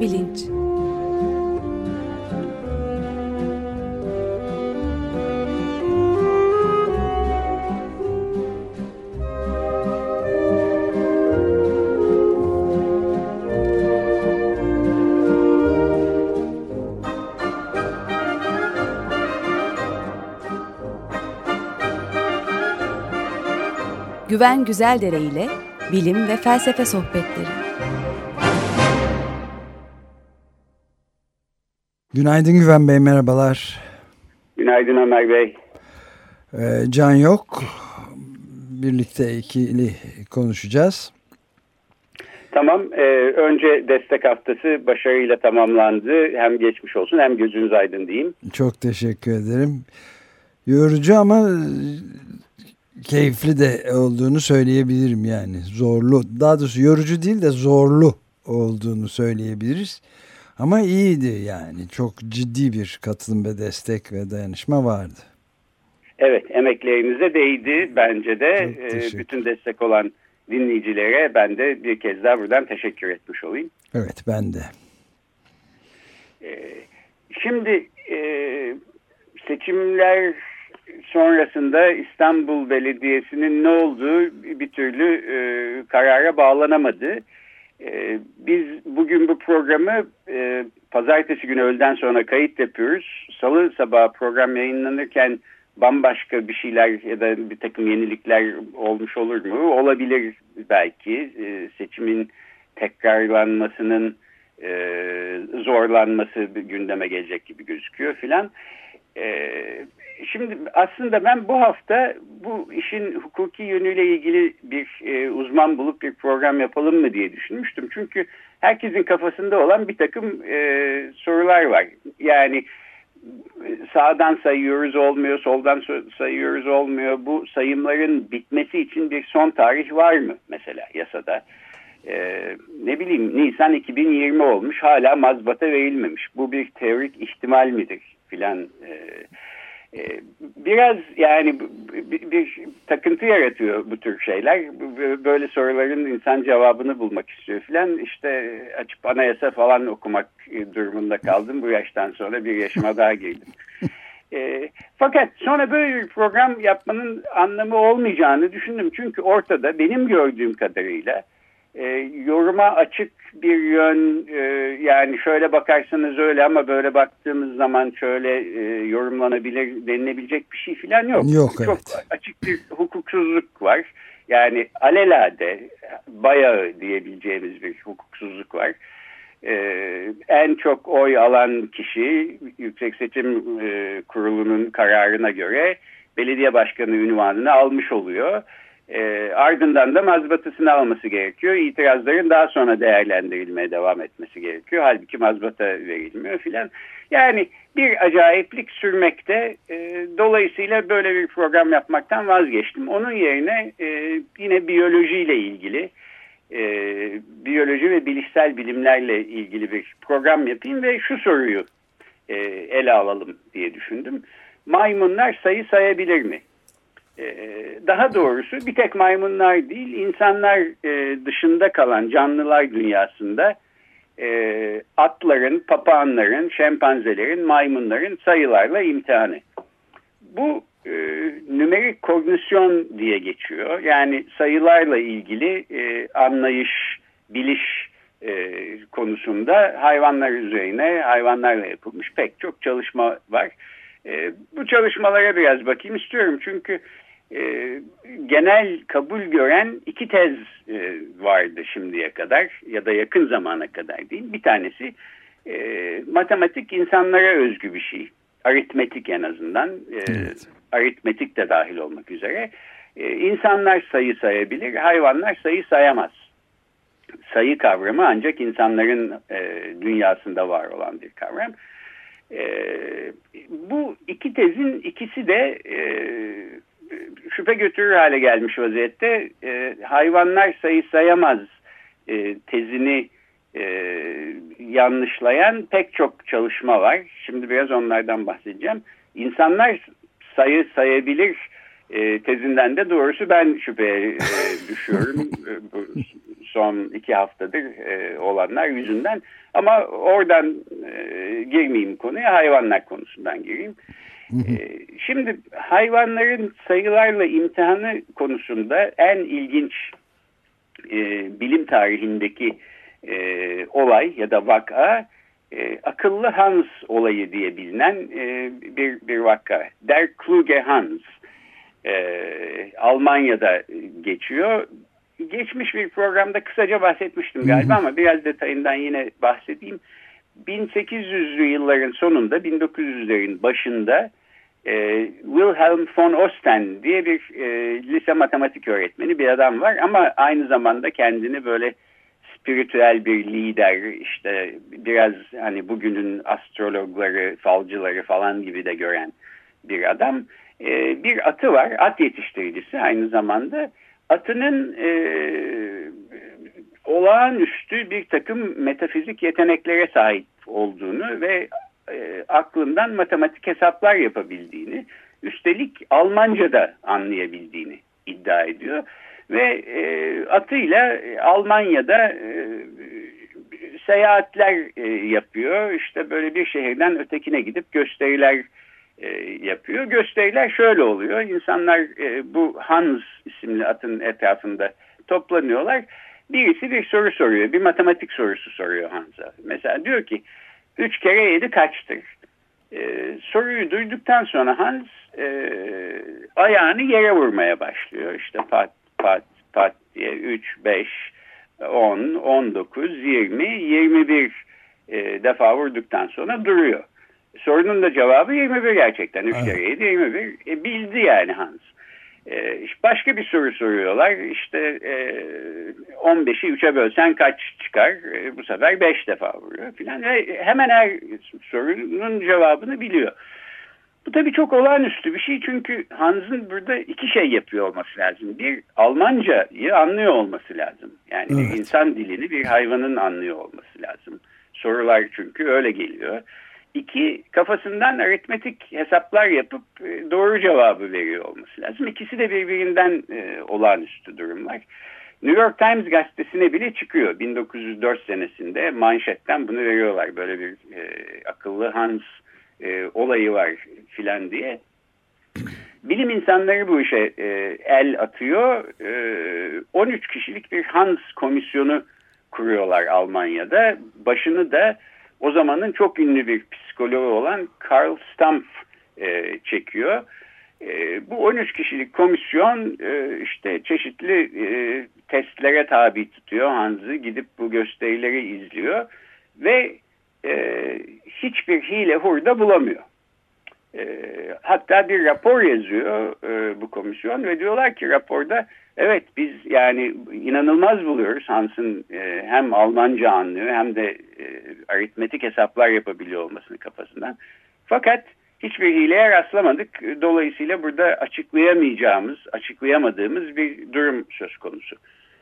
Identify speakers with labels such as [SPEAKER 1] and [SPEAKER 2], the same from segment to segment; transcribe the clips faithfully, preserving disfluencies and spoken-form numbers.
[SPEAKER 1] bilinç. Güven Güzeldere ile bilim ve felsefe sohbetleri.
[SPEAKER 2] Günaydın Güven Bey, merhabalar.
[SPEAKER 3] Günaydın Ömer Bey.
[SPEAKER 2] Ee, Can yok. Birlikte ikili konuşacağız.
[SPEAKER 3] Tamam. E, önce destek haftası başarıyla tamamlandı. Hem geçmiş olsun hem gözünüz aydın diyeyim.
[SPEAKER 2] Çok teşekkür ederim. Yorucu ama keyifli de olduğunu söyleyebilirim yani. Zorlu, daha doğrusu yorucu değil de zorlu olduğunu söyleyebiliriz. Ama iyiydi yani. Çok ciddi bir katılım ve destek ve dayanışma vardı.
[SPEAKER 3] Evet, emeklerinize değdi bence de. E, bütün destek olan dinleyicilere ben de bir kez daha buradan teşekkür etmiş olayım.
[SPEAKER 2] Evet, ben de.
[SPEAKER 3] E, şimdi e, seçimler sonrasında İstanbul Belediyesi'nin ne olduğu bir türlü e, karara bağlanamadı. E, biz bugün bu programı e, pazartesi günü öğleden sonra kayıt yapıyoruz. Salı sabahı program yayınlanırken bambaşka bir şeyler ya da bir takım yenilikler olmuş olur mu? Olabilir belki. E, seçimin tekrarlanmasının e, zorlanması gündeme gelecek gibi gözüküyor filan. E, Şimdi aslında ben bu hafta bu işin hukuki yönüyle ilgili bir e, uzman bulup bir program yapalım mı diye düşünmüştüm. Çünkü herkesin kafasında olan bir takım e, sorular var. Yani sağdan sayıyoruz olmuyor, soldan sayıyoruz olmuyor. Bu sayımların bitmesi için bir son tarih var mı mesela yasada? E, ne bileyim Nisan iki bin yirmi olmuş, hala mazbata verilmemiş. Bu bir teorik ihtimal midir filan? E, Biraz yani bir, bir takıntı yaratıyor bu tür şeyler. Böyle soruların insan cevabını bulmak istiyor filan. İşte açıp anayasa falan okumak durumunda kaldım. Bu yaştan sonra bir yaşıma daha girdim. E, fakat sonra böyle bir program yapmanın anlamı olmayacağını düşündüm. Çünkü ortada benim gördüğüm kadarıyla e, yoruma açık bir yön, e, yani şöyle bakarsanız öyle ama böyle baktığımız zaman şöyle e, yorumlanabilir denilebilecek bir şey falan yok.
[SPEAKER 2] Yok,
[SPEAKER 3] Çok
[SPEAKER 2] evet.
[SPEAKER 3] açık bir hukuksuzluk var. Yani alelade bayağı diyebileceğimiz bir hukuksuzluk var. Ee, en çok oy alan kişi Yüksek Seçim e, Kurulu'nun kararına göre belediye başkanı unvanını almış oluyor. E, ardından da mazbatasını alması gerekiyor. İtirazların daha sonra değerlendirilmeye devam etmesi gerekiyor. Halbuki mazbata verilmiyor filan. Yani bir acayiplik sürmekte. E, dolayısıyla böyle bir program yapmaktan vazgeçtim. Onun yerine e, yine biyolojiyle ilgili, e, biyoloji ve bilişsel bilimlerle ilgili bir program yapayım ve şu soruyu e, ele alalım diye düşündüm. Maymunlar sayı sayabilir mi? Daha doğrusu bir tek maymunlar değil, insanlar dışında kalan canlılar dünyasında atların, papağanların, şempanzelerin, maymunların sayılarla imtihanı. Bu e, nümerik kognisyon diye geçiyor. Yani sayılarla ilgili e, anlayış, biliş e, konusunda hayvanlar üzerine, hayvanlarla yapılmış pek çok çalışma var. E, bu çalışmalara biraz bakayım istiyorum. Çünkü e, genel kabul gören iki tez e, vardı şimdiye kadar ya da yakın zamana kadar değil. Bir tanesi e, matematik insanlara özgü bir şey. Aritmetik en azından. E, evet. Aritmetik de dahil olmak üzere. E, insanlar sayı sayabilir, hayvanlar sayı sayamaz. Sayı kavramı ancak insanların e, dünyasında var olan bir kavram. E, bu iki tezin ikisi de e, şüphe götürür hale gelmiş vaziyette. E, hayvanlar sayı sayamaz e, tezini e, yanlışlayan pek çok çalışma var. Şimdi biraz onlardan bahsedeceğim. İnsanlar sayı sayabilir e, tezinden de doğrusu ben şüpheye e, düşüyorum. Bu son iki haftadır e, olanlar yüzünden. Ama oradan e, girmeyeyim konuya, hayvanlar konusundan gireyim. E, şimdi hayvanların sayılarla imtihanı konusunda en ilginç e, bilim tarihindeki e, olay ya da vaka e, akıllı Hans olayı diye bilinen e, bir, bir vaka. Der Kluge Hans. E, Almanya'da geçiyor. Geçmiş bir programda kısaca bahsetmiştim galiba ama biraz detayından yine bahsedeyim. bin sekiz yüzlü yılların sonunda, bin dokuz yüzlerin başında e, Wilhelm von Osten diye bir e, lise matematik öğretmeni bir adam var ama aynı zamanda kendini böyle spiritüel bir lider, işte biraz hani bugünün astrologları, falcıları falan gibi de gören bir adam. E, bir atı var, at yetiştiricisi aynı zamanda. Atının e, olağanüstü bir takım metafizik yeteneklere sahip olduğunu ve e, aklından matematik hesaplar yapabildiğini, üstelik Almanca'da anlayabildiğini iddia ediyor. Ve e, atıyla Almanya'da e, seyahatler e, yapıyor. İşte böyle bir şehirden ötekine gidip gösteriler e, yapıyor. Gösteriler şöyle oluyor. İnsanlar e, bu Hans isimli atın etrafında toplanıyorlar. Birisi bir soru soruyor. Bir matematik sorusu soruyor Hans'a. Mesela diyor ki üç kere yedi kaçtır? Ee, soruyu duyduktan sonra Hans e, ayağını yere vurmaya başlıyor. İşte pat pat pat diye üç, beş, on, on dokuz, yirmi, yirmi bir e, defa vurduktan sonra duruyor. Sorunun da cevabı yirmi bir gerçekten. üç kere yedi, yirmi bir. E, bildi yani Hans. Ee, başka bir soru soruyorlar. İşte e, on beşi üçe bölsen kaç çıkar? E, bu sefer beş defa vuruyor filan. Ve hemen her sorunun cevabını biliyor. Bu tabii çok olağanüstü bir şey. Çünkü Hans'ın burada iki şey yapıyor olması lazım. Bir, Almancayı anlıyor olması lazım. Yani evet. Bir insan dilini bir hayvanın anlıyor olması lazım. Sorular çünkü öyle geliyor. İki, kafasından aritmetik hesaplar yapıp doğru cevabı veriyor olması lazım. İkisi de birbirinden e, olağanüstü durumlar. New York Times gazetesine bile çıkıyor. bin dokuz yüz dört senesinde manşetten bunu veriyorlar. Böyle bir e, akıllı Hans e, olayı var filan diye. Bilim insanları bu işe e, el atıyor. E, on üç kişilik bir Hans komisyonu kuruyorlar Almanya'da. Başını da o zamanın çok ünlü bir psikoloğu olan Karl Stampf e, çekiyor. E, bu on üç kişilik komisyon e, işte çeşitli e, testlere tabi tutuyor Hans'ı, gidip bu gösterileri izliyor ve e, hiçbir hile hurda bulamıyor. E, hatta bir rapor yazıyor e, bu komisyon ve diyorlar ki raporda evet biz yani inanılmaz buluyoruz Hans'ın e, hem Almanca anlıyor hem de e, aritmetik hesaplar yapabiliyor olmasını kafasından. Fakat hiçbir hileye rastlamadık. Dolayısıyla burada açıklayamayacağımız, açıklayamadığımız bir durum söz konusu.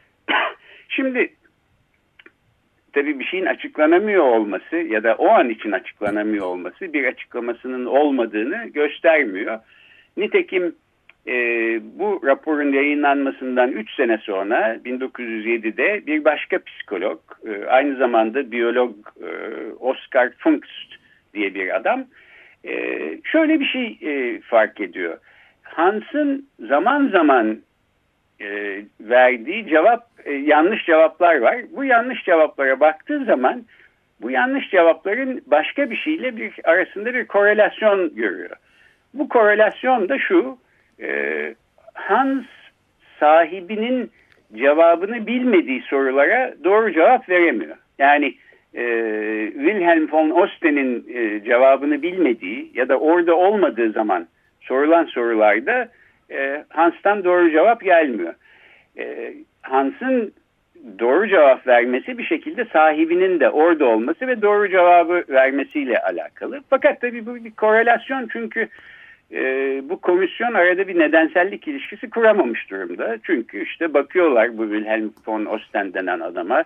[SPEAKER 3] Şimdi tabii bir şeyin açıklanamıyor olması ya da o an için açıklanamıyor olması bir açıklamasının olmadığını göstermiyor. Nitekim e, bu raporun yayınlanmasından üç sene sonra bin dokuz yüz yedide bir başka psikolog, e, aynı zamanda biyolog e, Oscar Pfungst diye bir adam e, şöyle bir şey e, fark ediyor. Hans'ın zaman zaman e, verdiği cevap e, yanlış cevaplar var. Bu yanlış cevaplara baktığı zaman bu yanlış cevapların başka bir şeyle bir arasında bir korelasyon görüyor. Bu korelasyon da şu: e, Hans sahibinin cevabını bilmediği sorulara doğru cevap veremiyor. Yani e, Wilhelm von Osten'in e, cevabını bilmediği ya da orada olmadığı zaman sorulan sorularda e, Hans'tan doğru cevap gelmiyor. E, Hans'ın doğru cevap vermesi bir şekilde sahibinin de orada olması ve doğru cevabı vermesiyle alakalı. Fakat tabii bu bir korelasyon, çünkü e, bu komisyon arada bir nedensellik ilişkisi kuramamış durumda. Çünkü işte bakıyorlar bu Wilhelm von Osten denen adama,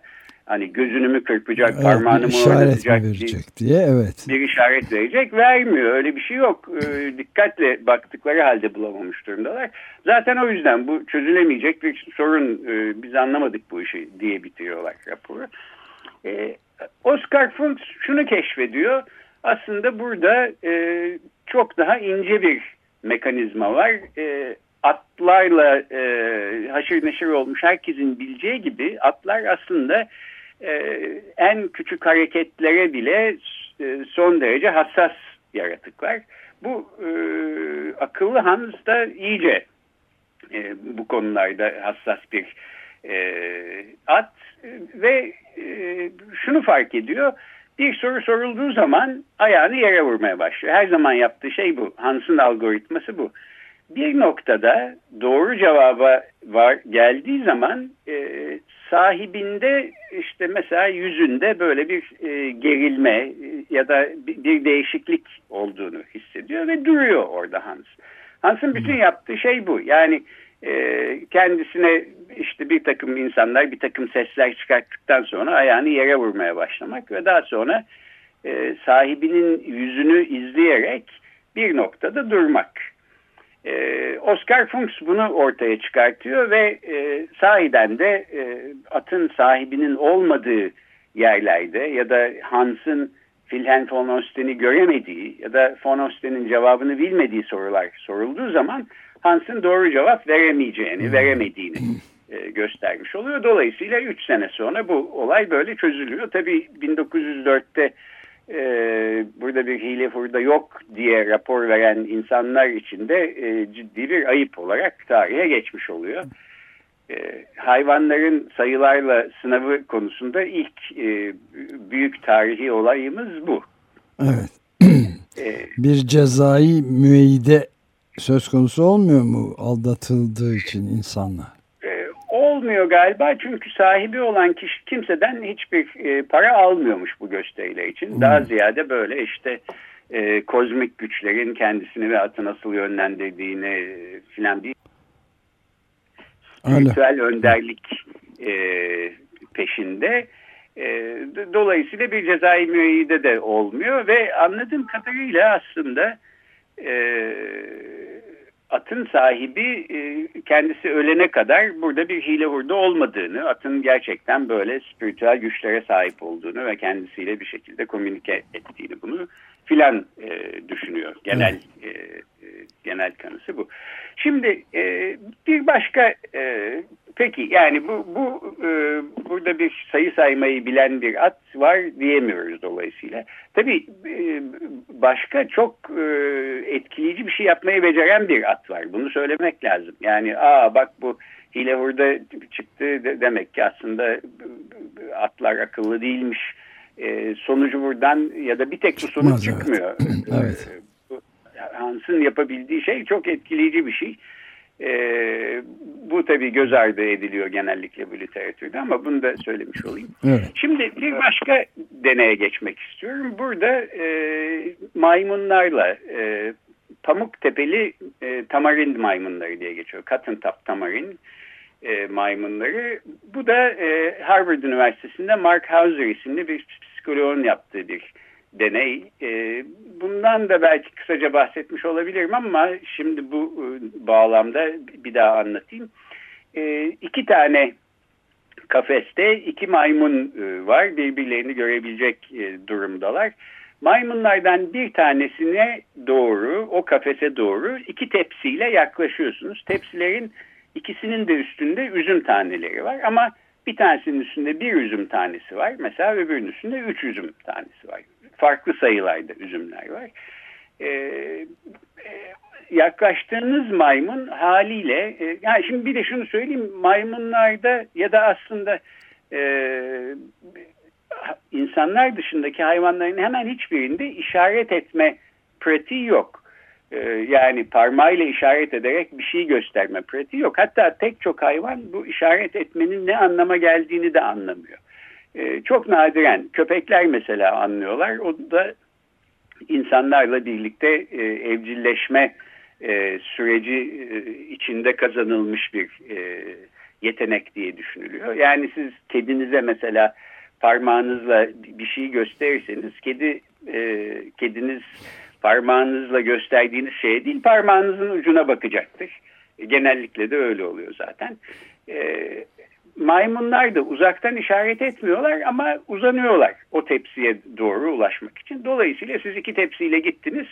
[SPEAKER 3] hani gözünü mü kırpacak,
[SPEAKER 2] evet,
[SPEAKER 3] parmağını mı oynatacak
[SPEAKER 2] verecek diye, evet.
[SPEAKER 3] Bir işaret verecek, vermiyor. Öyle bir şey yok. E, dikkatle baktıkları halde bulamamış durumdalar. Zaten o yüzden bu çözülemeyecek bir sorun, e, biz anlamadık bu işi diye bitiriyorlar raporu. E, Oscar Funks şunu keşfediyor. Aslında burada e, çok daha ince bir mekanizma var. E, atlarla e, haşır neşir olmuş herkesin bileceği gibi atlar aslında e, en küçük hareketlere bile e, son derece hassas yaratıklar. Bu e, akıllı Hans da iyice e, bu konularda hassas bir e, at ve e, şunu fark ediyor. Bir soru sorulduğu zaman ayağını yere vurmaya başlıyor. Her zaman yaptığı şey bu. Hans'ın algoritması bu. Bir noktada doğru cevaba var, geldiği zaman e, sahibinde işte mesela yüzünde böyle bir e, gerilme e, ya da bir, bir değişiklik olduğunu hissediyor ve duruyor orada Hans. Hans'ın bütün yaptığı şey bu. Yani e, kendisine işte bir takım insanlar bir takım sesler çıkarttıktan sonra ayağını yere vurmaya başlamak ve daha sonra e, sahibinin yüzünü izleyerek bir noktada durmak. Ee, Oscar Funks bunu ortaya çıkartıyor ve e, sahiden de e, atın sahibinin olmadığı yerlerde ya da Hans'ın Wilhelm von Osten'i göremediği ya da von Osten'in cevabını bilmediği sorular sorulduğu zaman Hans'ın doğru cevap veremeyeceğini, veremediğini e, göstermiş oluyor. Dolayısıyla üç sene sonra bu olay böyle çözülüyor. Tabii bin dokuz yüz dörtte Ee, burada bir hile hurda yok diye rapor veren insanlar için de e, ciddi bir ayıp olarak tarihe geçmiş oluyor. Ee, hayvanların sayılarla sınavı konusunda ilk e, büyük tarihi olayımız bu.
[SPEAKER 2] Evet. ee, bir cezai müeyyide söz konusu olmuyor mu aldatıldığı için insanlar?
[SPEAKER 3] Olmuyor galiba çünkü sahibi olan kişi kimseden hiçbir e, para almıyormuş bu gösteriler için. Hmm. Daha ziyade böyle işte e, kozmik güçlerin kendisini ve atı nasıl yönlendirdiğini e, filan bir spiritüel önderlik e, peşinde. E, dolayısıyla bir cezai müeyyide de olmuyor ve anladığım kadarıyla aslında e, atın sahibi kendisi ölene kadar burada bir hile hurda olmadığını, atın gerçekten böyle spiritüel güçlere sahip olduğunu ve kendisiyle bir şekilde komünike ettiğini bunu filan e, düşünüyor. Genel e, genel kanısı bu. Şimdi e, bir başka e, peki yani bu bu e, burada bir sayı saymayı bilen bir at var diyemiyoruz dolayısıyla. Tabii e, başka çok e, etkileyici bir şey yapmayı beceren bir at var. Bunu söylemek lazım. Yani aa bak bu hile hurda çıktı de, demek ki aslında atlar akıllı değilmiş. E, sonucu buradan ya da bir tek bu sonuç çıkmıyor.
[SPEAKER 2] Evet.
[SPEAKER 3] Hans'ın yapabildiği şey çok etkileyici bir şey. Ee, bu tabii göz ardı ediliyor genellikle bu literatürde ama bunu da söylemiş olayım.
[SPEAKER 2] Evet.
[SPEAKER 3] Şimdi bir başka deneye geçmek istiyorum. Burada e, maymunlarla e, pamuk tepeli e, tamarind maymunları diye geçiyor. Cotton top tamarind e, maymunları. Bu da e, Harvard Üniversitesi'nde Mark Hauser isimli bir psikoloğun yaptığı bir deney. Bundan da belki kısaca bahsetmiş olabilirim ama şimdi bu bağlamda bir daha anlatayım. İki tane kafeste iki maymun var. Birbirlerini görebilecek durumdalar. Maymunlardan bir tanesine doğru, o kafese doğru iki tepsiyle yaklaşıyorsunuz. Tepsilerin ikisinin de üstünde üzüm taneleri var ama bir tanesinin üstünde bir üzüm tanesi var. Mesela öbürünün üstünde üç üzüm tanesi var. Farklı sayılarda üzümler var. Ee, e, yaklaştığınız maymun haliyle, e, yani şimdi bir de şunu söyleyeyim, maymunlarda ya da aslında e, insanlar dışındaki hayvanların hemen hiçbirinde işaret etme pratiği yok. E, yani parmağıyla işaret ederek bir şey gösterme pratiği yok. Hatta pek çok hayvan bu işaret etmenin ne anlama geldiğini de anlamıyor. Ee, çok nadiren köpekler mesela anlıyorlar. O da insanlarla birlikte e, evcilleşme e, süreci e, içinde kazanılmış bir e, yetenek diye düşünülüyor. Yani siz kedinize mesela parmağınızla bir şey gösterirseniz kedi e, kediniz parmağınızla gösterdiğiniz şeye değil parmağınızın ucuna bakacaktır. E, genellikle de öyle oluyor zaten. E, maymunlar da uzaktan işaret etmiyorlar ama uzanıyorlar o tepsiye doğru ulaşmak için. Dolayısıyla siz iki tepsiyle gittiniz.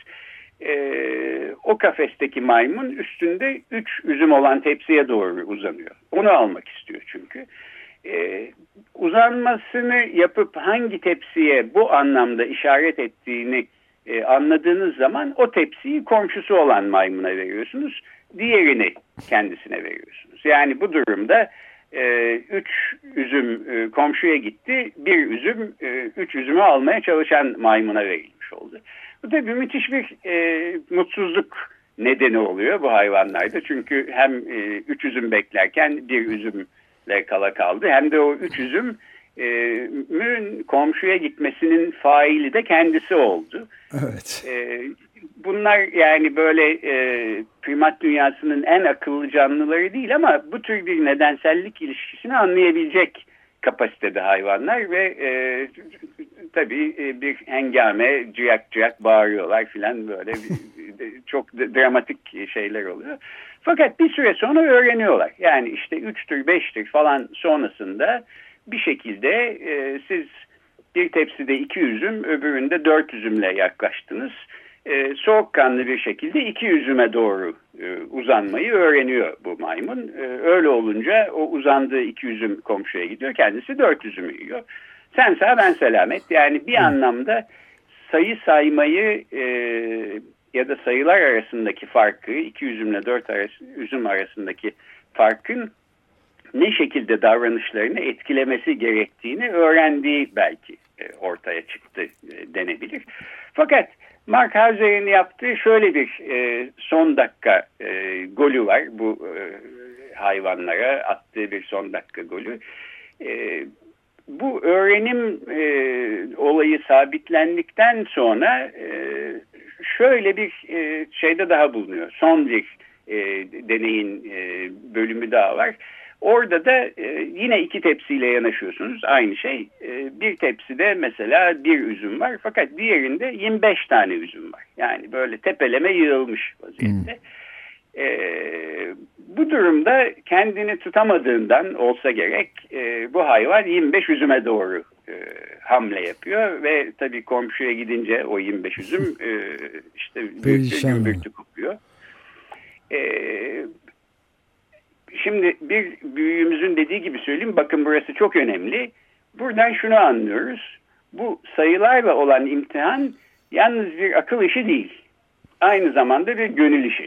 [SPEAKER 3] Ee, o kafesteki maymun üstünde üç üzüm olan tepsiye doğru uzanıyor. Onu almak istiyor çünkü. Ee, uzanmasını yapıp hangi tepsiye bu anlamda işaret ettiğini e, anladığınız zaman o tepsiyi komşusu olan maymuna veriyorsunuz. Diğerini kendisine veriyorsunuz. Yani bu durumda e, üç üzüm e, komşuya gitti. Bir üzüm e, üç üzümü almaya çalışan maymuna verilmiş oldu. Bu da bir müthiş bir e, mutsuzluk nedeni oluyor bu hayvanlarda. Çünkü hem e, üç üzüm beklerken bir üzümle kala kaldı. Hem de o üç üzümün e, komşuya gitmesinin faili de kendisi oldu.
[SPEAKER 2] Evet.
[SPEAKER 3] E, bunlar yani böyle e, primat dünyasının en akıllı canlıları değil ama bu tür bir nedensellik ilişkisini anlayabilecek kapasitede hayvanlar ve e, tabii e, bir hengame ciyak ciyak bağırıyorlar filan böyle bir, çok dramatik şeyler oluyor. Fakat bir süre sonra öğreniyorlar. Yani işte üçtür beştir falan sonrasında bir şekilde e, siz bir tepside iki üzüm öbüründe dört üzümle yaklaştınız. E, soğukkanlı bir şekilde iki üzüme doğru e, uzanmayı öğreniyor bu maymun. E, öyle olunca o uzandığı iki üzüm komşuya gidiyor. Kendisi dört üzümü yiyor. Sen sağ ben selamet. Yani bir anlamda sayı saymayı e, ya da sayılar arasındaki farkı iki üzümle dört arası, üzüm arasındaki farkın ne şekilde davranışlarını etkilemesi gerektiğini öğrendiği belki e, ortaya çıktı e, denebilir. Fakat Mark Hauser'in yaptığı şöyle bir e, son dakika e, golü var. Bu e, hayvanlara attığı bir son dakika golü. E, bu öğrenim e, olayı sabitlendikten sonra e, şöyle bir e, şeyde daha bulunuyor. Son bir e, deneyin e, bölümü daha var. Orada da e, yine iki tepsiyle yanaşıyorsunuz. Aynı şey. E, bir tepside mesela bir üzüm var. Fakat diğerinde yirmi beş tane üzüm var. Yani böyle tepeleme yığılmış vaziyette. Hmm. E, bu durumda kendini tutamadığından olsa gerek e, bu hayvan yirmi beş üzüme doğru e, hamle yapıyor. Ve tabii komşuya gidince o yirmi beş üzüm e, işte büyüktü gümbürtü kopuyor. Eee Şimdi bir büyüğümüzün dediği gibi söyleyeyim. Bakın burası çok önemli. Buradan şunu anlıyoruz. Bu sayılarla olan imtihan yalnız bir akıl işi değil. Aynı zamanda bir gönül işi.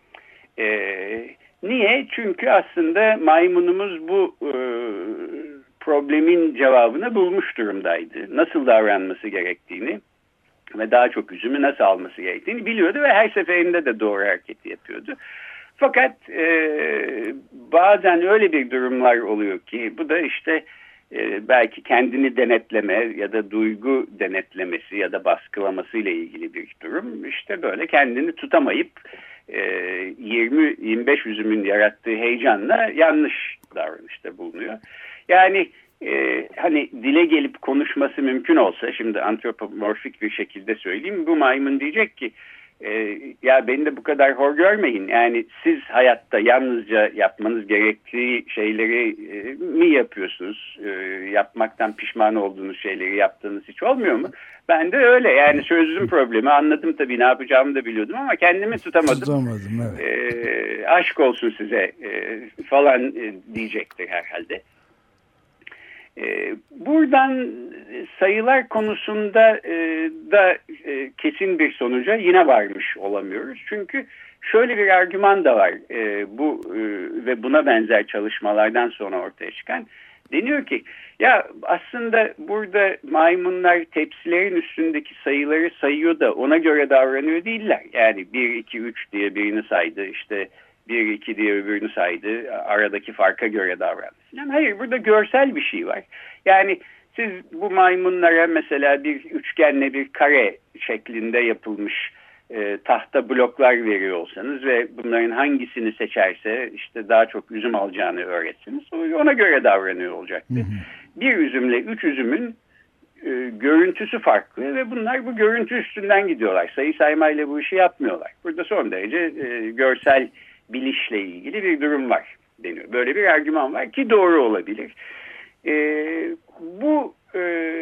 [SPEAKER 3] Ee, niye? Çünkü aslında maymunumuz bu e, problemin cevabını bulmuş durumdaydı. Nasıl davranması gerektiğini ve daha çok üzümü nasıl alması gerektiğini biliyordu ve her seferinde de doğru hareketi yapıyordu. Fakat e, bazen öyle bir durumlar oluyor ki bu da işte e, belki kendini denetleme ya da duygu denetlemesi ya da baskılaması ile ilgili bir durum. İşte böyle kendini tutamayıp e, yirmi yirmi beş üzümün yarattığı heyecanla yanlış davranışta bulunuyor. Yani e, hani dile gelip konuşması mümkün olsa şimdi antropomorfik bir şekilde söyleyeyim bu maymun diyecek ki Ee, ya beni de bu kadar hor görmeyin. Yani siz hayatta yalnızca yapmanız gerektiği şeyleri e, mi yapıyorsunuz? E, yapmaktan pişman olduğunuz şeyleri yaptığınız hiç olmuyor mu? Ben de öyle. Yani sözlüm problemi anladım tabii ne yapacağımı da biliyordum ama kendimi tutamadım.
[SPEAKER 2] Tutamadım evet.
[SPEAKER 3] E, aşk olsun size e, falan e, diyecektir herhalde. Buradan sayılar konusunda da kesin bir sonuca yine varmış olamıyoruz. Çünkü şöyle bir argüman da var bu ve buna benzer çalışmalardan sonra ortaya çıkan. Deniyor ki ya aslında burada maymunlar tepsilerin üstündeki sayıları sayıyor da ona göre davranıyor değiller. Yani bir, iki, üç diye birini saydı işte bir, iki diye öbürünü saydı. Aradaki farka göre davrandı. Yani hayır burada görsel bir şey var. Yani siz bu maymunlara mesela bir üçgenle bir kare şeklinde yapılmış e, tahta bloklar veriyor olsanız ve bunların hangisini seçerse işte daha çok üzüm alacağını öğretsiniz. Ona göre davranıyor olacaktı. Hı hı. Bir üzümle üç üzümün e, görüntüsü farklı ve bunlar bu görüntü üstünden gidiyorlar. Sayı saymayla bu işi yapmıyorlar. Burada son derece e, görsel bilişle ilgili bir durum var deniyor. Böyle bir argüman var ki doğru olabilir. E, bu e,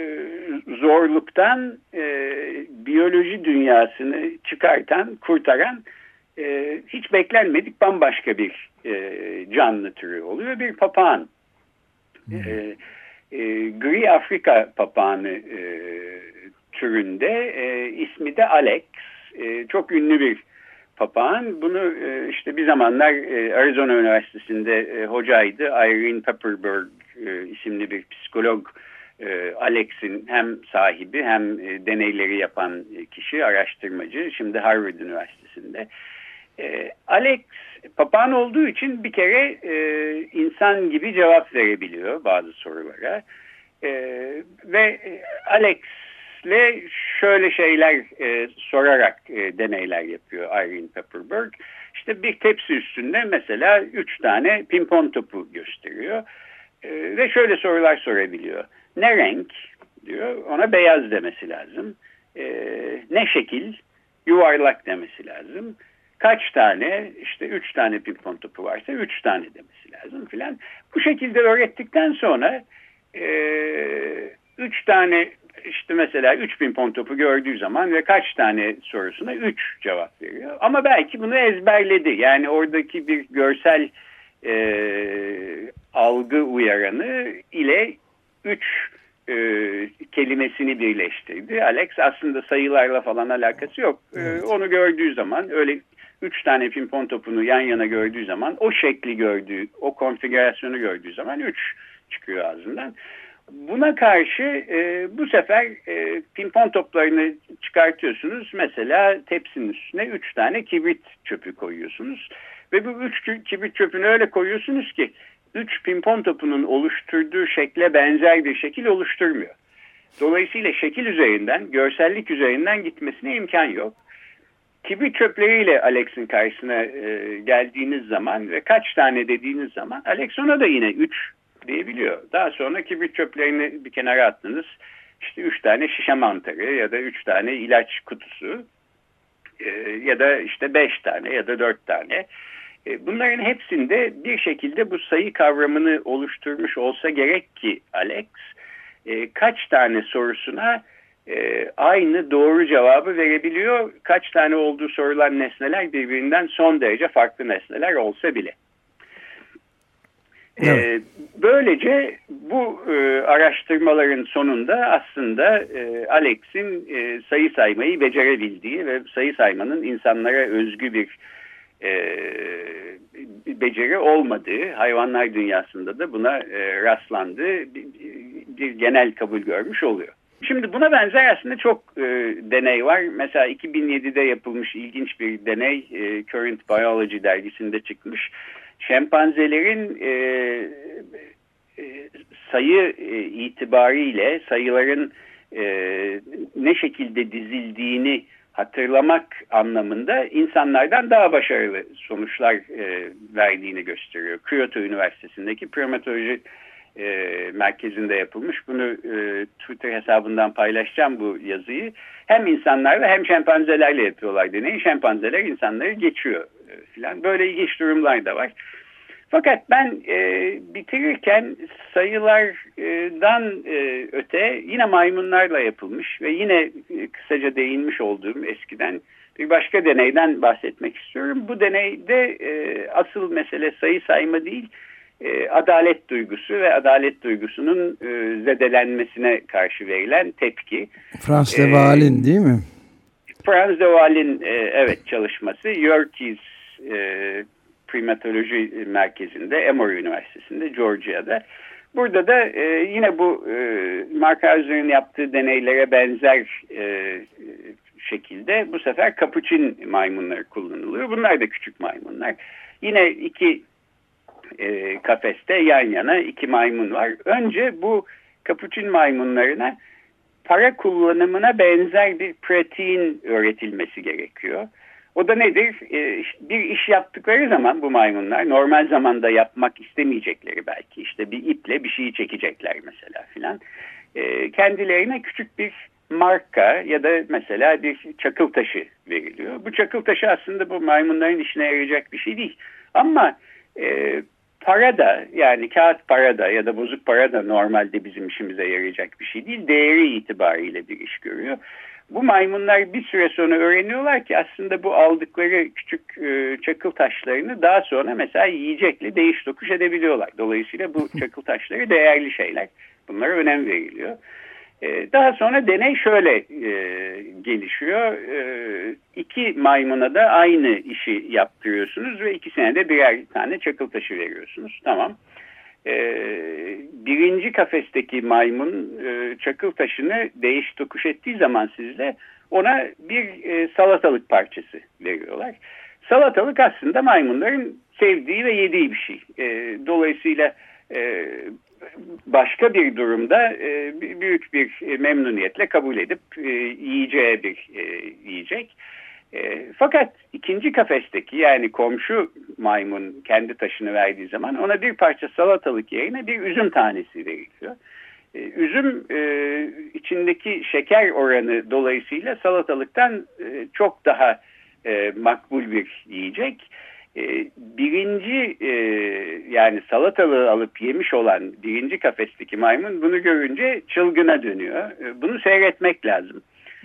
[SPEAKER 3] zorluktan e, biyoloji dünyasını çıkartan, kurtaran e, hiç beklenmedik bambaşka bir e, canlı türü oluyor. Bir papağan. Hmm. E, e, Gri Afrika papağanı e, türünde e, ismi de Alex. E, çok ünlü bir papağan. Bunu e, işte bir zamanlar e, Arizona Üniversitesi'nde e, hocaydı. Irene Pepperberg e, isimli bir psikolog e, Alex'in hem sahibi hem e, deneyleri yapan kişi, araştırmacı. Şimdi Harvard Üniversitesi'nde. E, Alex papağan olduğu için bir kere e, insan gibi cevap verebiliyor bazı sorulara. E, ve Alex'le şöyle şeyler e, sorarak e, deneyler yapıyor Irene Pepperberg. İşte bir tepsi üstünde mesela üç tane pimpon topu gösteriyor. E, ve şöyle sorular sorabiliyor. Ne renk diyor, ona beyaz demesi lazım. E, ne şekil, yuvarlak demesi lazım. Kaç tane, işte üç tane pimpon topu varsa üç tane demesi lazım filan. Bu şekilde öğrettikten sonra e, üç tane işte mesela üç pimpon topu gördüğü zaman ve kaç tane sorusuna üç cevap veriyor. Ama belki bunu ezberledi. Yani oradaki bir görsel e, algı uyaranı ile üç e, kelimesini birleştirdi. Alex aslında sayılarla falan alakası yok. Evet. E, onu gördüğü zaman öyle üç tane pimpon topunu yan yana gördüğü zaman o şekli gördüğü, o konfigürasyonu gördüğü zaman üç çıkıyor ağzından. Buna karşı e, bu sefer e, pimpon toplarını çıkartıyorsunuz. Mesela tepsinin üstüne üç tane kibrit çöpü koyuyorsunuz. Ve bu üç kibrit çöpünü öyle koyuyorsunuz ki üç pimpon topunun oluşturduğu şekle benzer bir şekil oluşturmuyor. Dolayısıyla şekil üzerinden, görsellik üzerinden gitmesine imkan yok. Kibrit çöpleriyle Alex'in karşısına e, geldiğiniz zaman ve kaç tane dediğiniz zaman Alex ona da yine üç diyebiliyor. Daha sonra kibrit çöplerini bir kenara attınız. İşte üç tane şişe mantarı ya da üç tane ilaç kutusu e, ya da işte beş tane ya da dört tane. E, bunların hepsinde bir şekilde bu sayı kavramını oluşturmuş olsa gerek ki Alex e, kaç tane sorusuna e, aynı doğru cevabı verebiliyor. Kaç tane olduğu sorulan nesneler birbirinden son derece farklı nesneler olsa bile. Evet. Ee, böylece bu e, araştırmaların sonunda aslında e, Alex'in e, sayı saymayı becerebildiği ve sayı saymanın insanlara özgü bir e, beceri olmadığı, hayvanlar dünyasında da buna e, rastlandığı bir, bir genel kabul görmüş oluyor. Şimdi buna benzer aslında çok e, deney var. Mesela iki bin yedide yapılmış ilginç bir deney, e, Current Biology dergisinde çıkmış. Şempanzelerin e, e, sayı e, itibariyle sayıların e, ne şekilde dizildiğini hatırlamak anlamında insanlardan daha başarılı sonuçlar e, verdiğini gösteriyor. Kyoto Üniversitesi'ndeki primatoloji e, merkezinde yapılmış. Bunu e, Twitter hesabından paylaşacağım bu yazıyı. Hem insanlarla hem şempanzelerle yapıyorlar deneyi. Şempanzeler insanları geçiyor e, filan. Böyle ilginç durumlar da var. Fakat ben e, bitirirken sayılardan e, öte yine maymunlarla yapılmış ve yine e, kısaca değinmiş olduğum eskiden bir başka deneyden bahsetmek istiyorum. Bu deneyde e, asıl mesele sayı sayma değil, e, adalet duygusu ve adalet duygusunun e, zedelenmesine karşı verilen tepki.
[SPEAKER 2] Frans de Waal'in e, değil mi?
[SPEAKER 3] Frans de Waal'in e, evet çalışması, Yerkes e, Primatoloji Merkezi'nde, Emory Üniversitesi'nde, Georgia'da. Burada da e, yine bu e, Mark Hauser'ın yaptığı deneylere benzer e, şekilde bu sefer kapuçin maymunları kullanılıyor. Bunlar da küçük maymunlar. Yine iki e, kafeste yan yana iki maymun var. Önce bu kapuçin maymunlarına para kullanımına benzer bir pratiğin öğretilmesi gerekiyor. O da nedir? Ee, bir iş yaptıkları zaman bu maymunlar normal zamanda yapmak istemeyecekleri belki işte bir iple bir şeyi çekecekler mesela filan. e, kendilerine küçük bir marka ya da mesela bir çakıl taşı veriliyor. Bu çakıl taşı aslında bu maymunların işine yarayacak bir şey değil. Ama e, para da, yani kağıt para da ya da bozuk para da normalde bizim işimize yarayacak bir şey değil. Değeri itibariyle bir iş görüyor. Bu maymunlar bir süre sonra öğreniyorlar ki aslında bu aldıkları küçük e, çakıl taşlarını daha sonra mesela yiyecekle değiş tokuş edebiliyorlar. Dolayısıyla bu çakıl taşları değerli şeyler. Bunlara önem veriliyor. E, daha sonra deney şöyle e, gelişiyor. E, iki maymuna da aynı işi yaptırıyorsunuz ve ikisine de birer tane çakıl taşı veriyorsunuz. Tamam. Ee, birinci kafesteki maymun e, çakıl taşını değiş tokuş ettiği zaman sizle ona bir e, salatalık parçası veriyorlar. Salatalık aslında maymunların sevdiği ve yediği bir şey. E, dolayısıyla e, başka bir durumda e, büyük bir memnuniyetle kabul edip e, yiyeceği bir e, yiyecek. E, fakat ikinci kafesteki, yani komşu maymun kendi taşını verdiği zaman ona bir parça salatalık yerine bir üzüm tanesi veriliyor. E, üzüm e, içindeki şeker oranı dolayısıyla salatalıktan e, çok daha e, makbul bir yiyecek. E, birinci e, yani salatalığı alıp yemiş olan birinci kafesteki maymun bunu görünce çılgına dönüyor. E, bunu seyretmek lazım.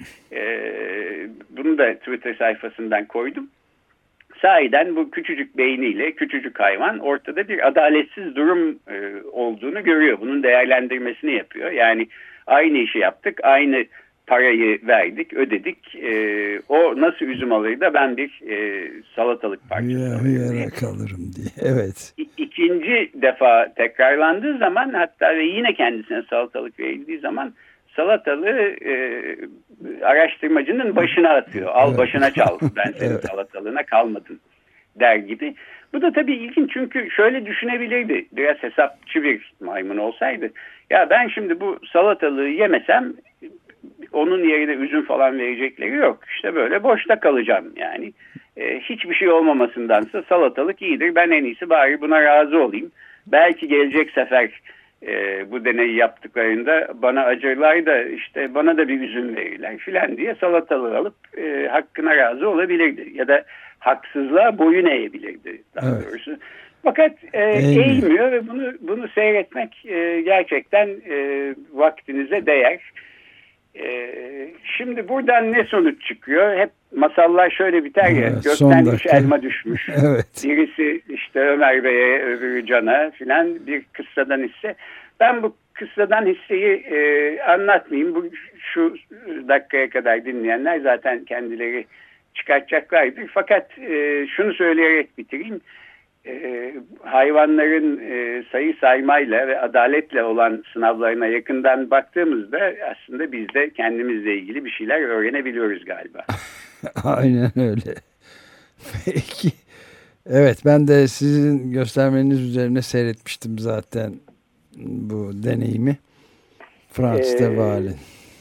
[SPEAKER 3] Ee, bunu da Twitter sayfasından koydum. Sahiden bu küçücük beyniyle küçücük hayvan ortada bir adaletsiz durum e, olduğunu görüyor. Bunun değerlendirmesini yapıyor. Yani aynı işi yaptık, aynı parayı verdik, ödedik. E, o nasıl üzüm alır da ben bir e, salatalık parçası
[SPEAKER 2] alırım kalırım diye. Evet.
[SPEAKER 3] İ- ikinci defa tekrarlandığı zaman, hatta ve yine kendisine salatalık verildiği zaman salatalığı e, araştırmacının başına atıyor. Al başına çal. Ben senin evet. salatalığına kalmadım der gibi. Bu da tabii ilginç, çünkü şöyle düşünebilirdi. Biraz hesapçı bir maymun olsaydı. Ya ben şimdi bu salatalığı yemesem onun yerine üzüm falan verecekleri yok. İşte böyle boşta kalacağım yani. E, hiçbir şey olmamasındansa salatalık iyidir. Ben en iyisi bari buna razı olayım. Belki gelecek sefer E, bu deneyi yaptıklarında bana acırlar da işte bana da bir üzüm verirler filan diye salatalığı alıp e, hakkına razı olabilirdi. Ya da haksızlığa boyun eğebilirdi daha evet. doğrusu. Fakat e, eğilmiyor ve bunu bunu seyretmek e, gerçekten e, vaktinize değer. E, şimdi buradan ne sonuç çıkıyor? Hep masallar şöyle biter ya. Evet, gökten üç elma düşmüş. Evet. Birisi işte Ömer Bey'e, öbürü Can'a filan bir kıssadan hisse. Ben bu kıssadan hisseyi e, anlatmayayım. Bu şu dakikaya kadar dinleyenler zaten kendileri çıkartacaklardır. Fakat e, şunu söyleyerek bitireyim. E, hayvanların e, sayı saymayla ve adaletle olan sınavlarına yakından baktığımızda aslında biz de kendimizle ilgili bir şeyler öğrenebiliyoruz galiba.
[SPEAKER 2] Aynen öyle. Peki. Evet, ben de sizin göstermeniz üzerine seyretmiştim zaten bu deneyimi. Frans de Waal'in.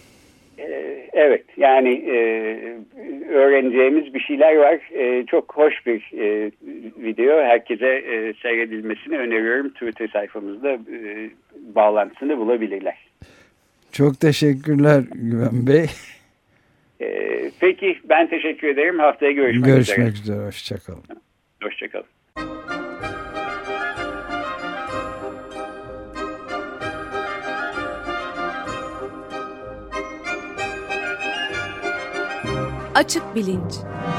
[SPEAKER 3] Evet, yani e, öğreneceğimiz bir şeyler var. E, çok hoş bir e, video. Herkese e, seyredilmesini öneriyorum. Twitter sayfamızda e, bağlantısını bulabilirler.
[SPEAKER 2] Çok teşekkürler Güven Bey.
[SPEAKER 3] E, peki, ben teşekkür ederim. Haftaya görüşmek, görüşmek üzere.
[SPEAKER 2] Görüşmek üzere. Hoşçakalın.
[SPEAKER 3] Hoşçakalın.
[SPEAKER 1] Açık Bilinç.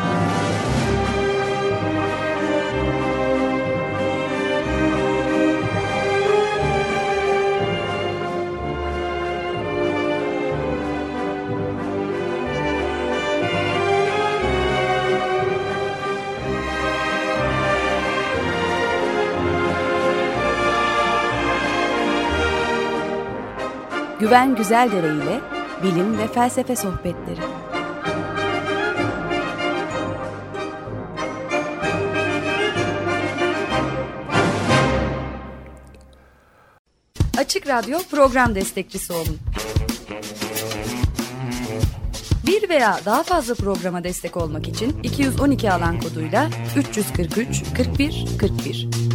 [SPEAKER 1] Güven Güzeldere ile bilim ve felsefe sohbetleri. Açık Radyo program destekçisi olun. Bir veya daha fazla programa destek olmak için iki yüz on iki alan koduyla üç yüz kırk üç kırk bir kırk bir